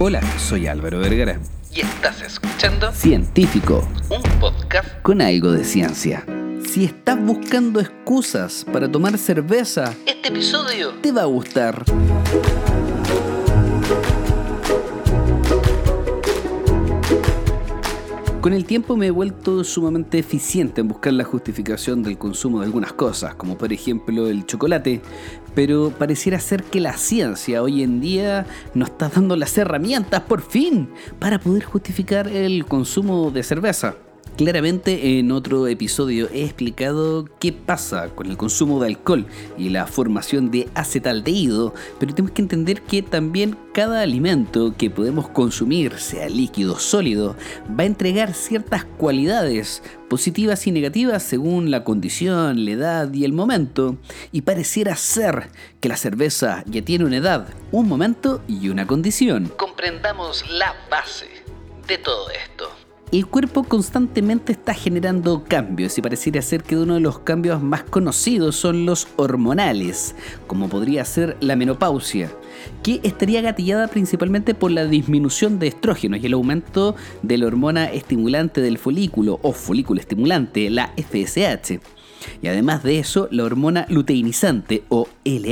Hola, soy Álvaro Vergara. Y estás escuchando Científico, un podcast con algo de ciencia. Si estás buscando excusas para tomar cerveza, este episodio te va a gustar. Con el tiempo me he vuelto sumamente eficiente en buscar la justificación del consumo de algunas cosas, como por ejemplo el chocolate, pero pareciera ser que la ciencia hoy en día nos está dando las herramientas por fin para poder justificar el consumo de cerveza. Claramente en otro episodio he explicado qué pasa con el consumo de alcohol y la formación de acetaldehído, pero tenemos que entender que también cada alimento que podemos consumir, sea líquido o sólido, va a entregar ciertas cualidades positivas y negativas según la condición, la edad y el momento, y pareciera ser que la cerveza ya tiene una edad, un momento y una condición. Comprendamos la base de todo esto. El cuerpo constantemente está generando cambios y pareciera ser que uno de los cambios más conocidos son los hormonales, como podría ser la menopausia, que estaría gatillada principalmente por la disminución de estrógenos y el aumento de la hormona estimulante del folículo o folículo estimulante, la FSH. Y además de eso, la hormona luteinizante o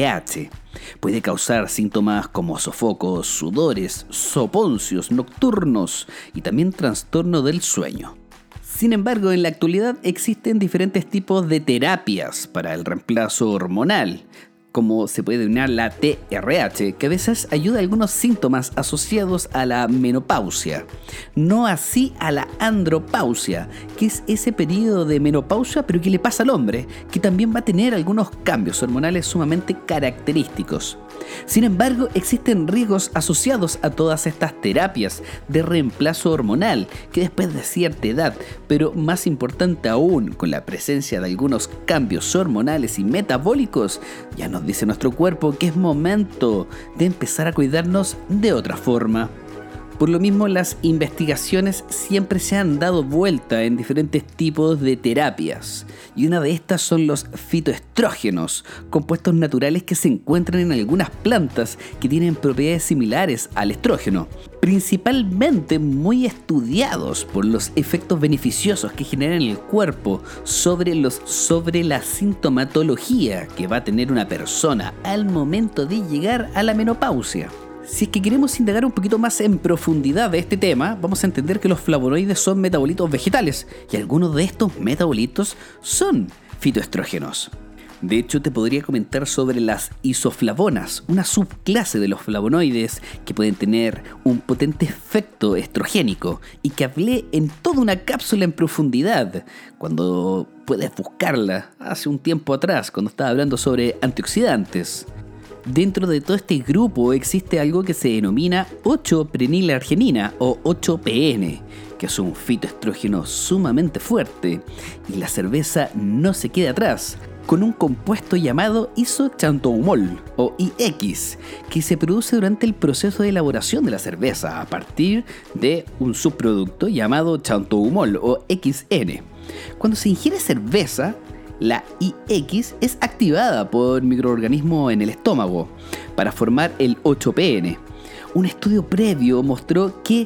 LH puede causar síntomas como sofocos, sudores, soponcios nocturnos y también trastorno del sueño. Sin embargo, en la actualidad existen diferentes tipos de terapias para el reemplazo hormonal, como se puede denominar la TRH, que a veces ayuda a algunos síntomas asociados a la menopausia, no así a la andropausia, que es ese periodo de menopausia pero que le pasa al hombre, que también va a tener algunos cambios hormonales sumamente característicos. Sin embargo, existen riesgos asociados a todas estas terapias de reemplazo hormonal, que después de cierta edad, pero más importante aún, con la presencia de algunos cambios hormonales y metabólicos, ya nos dice nuestro cuerpo que es momento de empezar a cuidarnos de otra forma. Por lo mismo, las investigaciones siempre se han dado vuelta en diferentes tipos de terapias. Y una de estas son los fitoestrógenos, compuestos naturales que se encuentran en algunas plantas que tienen propiedades similares al estrógeno. Principalmente muy estudiados por los efectos beneficiosos que generan en el cuerpo sobre la sintomatología que va a tener una persona al momento de llegar a la menopausia. Si es que queremos indagar un poquito más en profundidad de este tema, vamos a entender que los flavonoides son metabolitos vegetales y algunos de estos metabolitos son fitoestrógenos. De hecho, te podría comentar sobre las isoflavonas, una subclase de los flavonoides que pueden tener un potente efecto estrogénico y que hablé en toda una cápsula en profundidad cuando puedes buscarla hace un tiempo atrás, cuando estaba hablando sobre antioxidantes. Dentro de todo este grupo existe algo que se denomina 8-prenilarginina o 8-PN, que es un fitoestrógeno sumamente fuerte, y la cerveza no se queda atrás, con un compuesto llamado isoxantoumol o IX, que se produce durante el proceso de elaboración de la cerveza a partir de un subproducto llamado xantoumol o XN. Cuando se ingiere cerveza, la IX es activada por microorganismos en el estómago para formar el 8-PN. Un estudio previo mostró que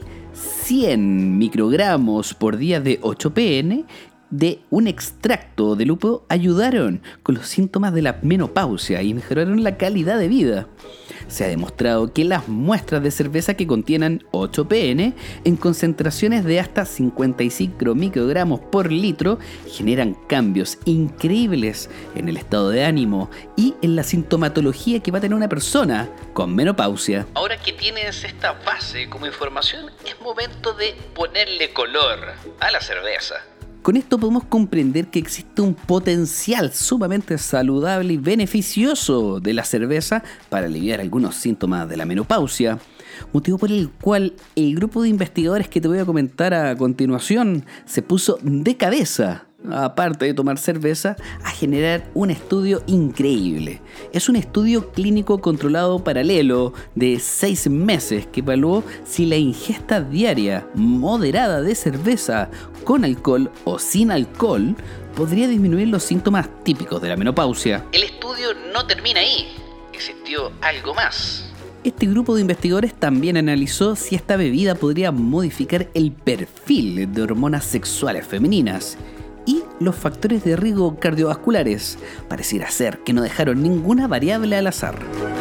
100 microgramos por día de 8-PN de un extracto de lúpulo ayudaron con los síntomas de la menopausia y mejoraron la calidad de vida. Se ha demostrado que las muestras de cerveza que contienen 8-PN en concentraciones de hasta 55 microgramos por litro generan cambios increíbles en el estado de ánimo y en la sintomatología que va a tener una persona con menopausia. Ahora que tienes esta base como información, es momento de ponerle color a la cerveza. Con esto podemos comprender que existe un potencial sumamente saludable y beneficioso de la cerveza para aliviar algunos síntomas de la menopausia, motivo por el cual el grupo de investigadores que te voy a comentar a continuación se puso de cabeza, aparte de tomar cerveza, a generar un estudio increíble. Es un estudio clínico controlado paralelo de 6 meses que evaluó si la ingesta diaria moderada de cerveza con alcohol o sin alcohol podría disminuir los síntomas típicos de la menopausia. El estudio no termina ahí. Existió algo más. Este grupo de investigadores también analizó si esta bebida podría modificar el perfil de hormonas sexuales femeninas y los factores de riesgo cardiovasculares. Pareciera ser que no dejaron ninguna variable al azar.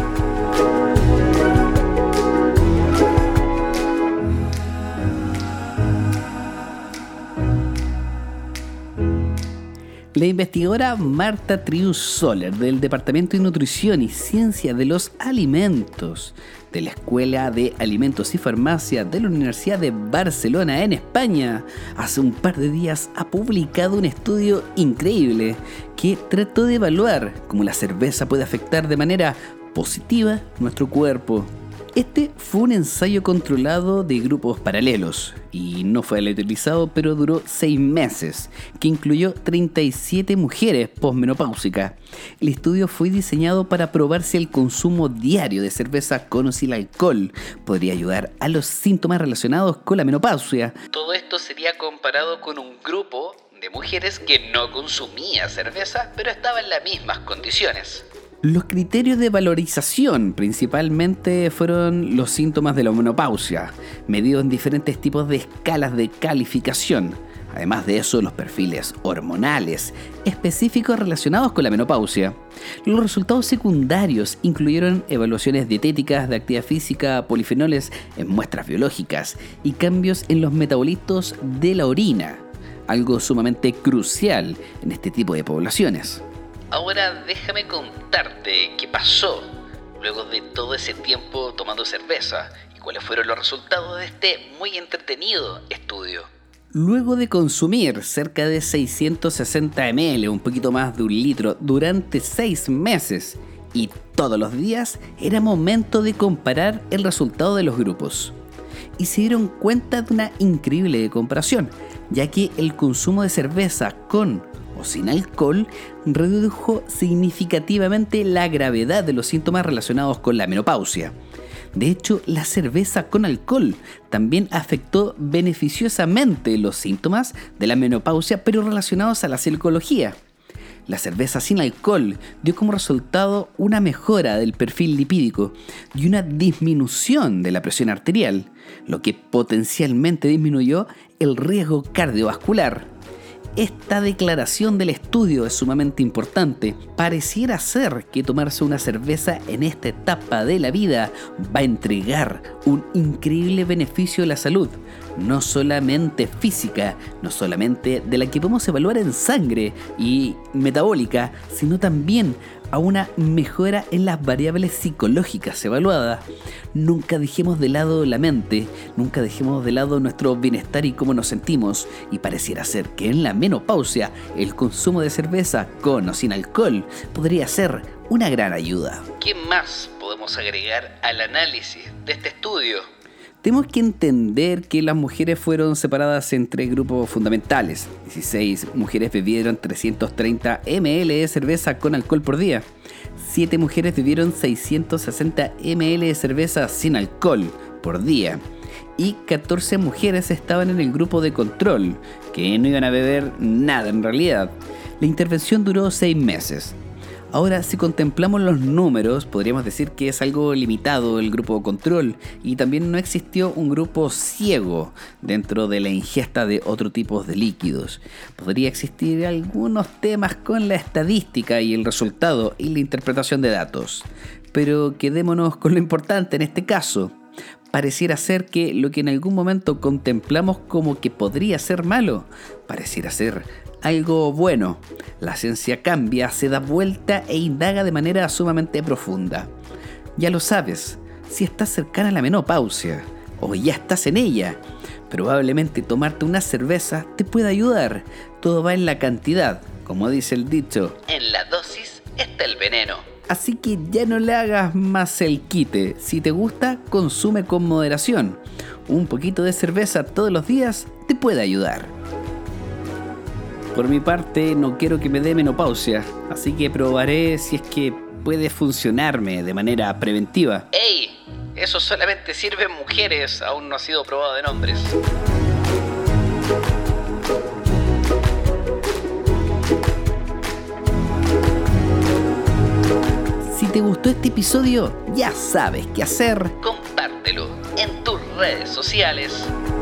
La investigadora Marta Trius-Soler del Departamento de Nutrición y Ciencia de los Alimentos de la Escuela de Alimentos y Farmacia de la Universidad de Barcelona en España, hace un par de días ha publicado un estudio increíble que trató de evaluar cómo la cerveza puede afectar de manera positiva nuestro cuerpo. Este fue un ensayo controlado de grupos paralelos y no fue aleatorizado, pero duró 6 meses, que incluyó 37 mujeres posmenopáusicas. El estudio fue diseñado para probar si el consumo diario de cerveza con o sin alcohol podría ayudar a los síntomas relacionados con la menopausia. Todo esto sería comparado con un grupo de mujeres que no consumía cerveza, pero estaba en las mismas condiciones. Los criterios de valorización principalmente fueron los síntomas de la menopausia, medidos en diferentes tipos de escalas de calificación. Además de eso, los perfiles hormonales específicos relacionados con la menopausia. Los resultados secundarios incluyeron evaluaciones dietéticas de actividad física, polifenoles en muestras biológicas y cambios en los metabolitos de la orina, algo sumamente crucial en este tipo de poblaciones. Ahora déjame contarte qué pasó luego de todo ese tiempo tomando cerveza y cuáles fueron los resultados de este muy entretenido estudio. Luego de consumir cerca de 660 ml, un poquito más de 1 litro, durante 6 meses y todos los días, era momento de comparar el resultado de los grupos. Y se dieron cuenta de una increíble comparación, ya que el consumo de cerveza con o sin alcohol redujo significativamente la gravedad de los síntomas relacionados con la menopausia. De hecho, la cerveza con alcohol también afectó beneficiosamente los síntomas de la menopausia, pero relacionados a la psicología. La cerveza sin alcohol dio como resultado una mejora del perfil lipídico y una disminución de la presión arterial, lo que potencialmente disminuyó el riesgo cardiovascular. Esta declaración del estudio es sumamente importante. Pareciera ser que tomarse una cerveza en esta etapa de la vida va a entregar un increíble beneficio a la salud, no solamente física, no solamente de la que podemos evaluar en sangre y metabólica, sino también a una mejora en las variables psicológicas evaluadas. Nunca dejemos de lado la mente, nunca dejemos de lado nuestro bienestar y cómo nos sentimos, y pareciera ser que en la menopausia el consumo de cerveza con o sin alcohol podría ser una gran ayuda. ¿Qué más podemos agregar al análisis de este estudio? Tenemos que entender que las mujeres fueron separadas en 3 grupos fundamentales. 16 mujeres bebieron 330 ml de cerveza con alcohol por día. 7 mujeres bebieron 660 ml de cerveza sin alcohol por día. Y 14 mujeres estaban en el grupo de control, que no iban a beber nada en realidad. La intervención duró 6 meses. Ahora, si contemplamos los números, podríamos decir que es algo limitado el grupo control y también no existió un grupo ciego dentro de la ingesta de otro tipo de líquidos. Podría existir algunos temas con la estadística y el resultado y la interpretación de datos. Pero quedémonos con lo importante en este caso. Pareciera ser que lo que en algún momento contemplamos como que podría ser malo, pareciera ser algo bueno. La ciencia cambia, se da vuelta e indaga de manera sumamente profunda. Ya lo sabes, si estás cercana a la menopausia o ya estás en ella, probablemente tomarte una cerveza te pueda ayudar. Todo va en la cantidad, como dice el dicho. En la dosis está el veneno. Así que ya no le hagas más el quite. Si te gusta, consume con moderación. Un poquito de cerveza todos los días te puede ayudar. Por mi parte, no quiero que me dé menopausia, así que probaré si es que puede funcionarme de manera preventiva. ¡Ey! Eso solamente sirve en mujeres, aún no ha sido probado en hombres. Si te gustó gustó este episodio, ya sabes qué hacer. Compártelo en tus redes sociales.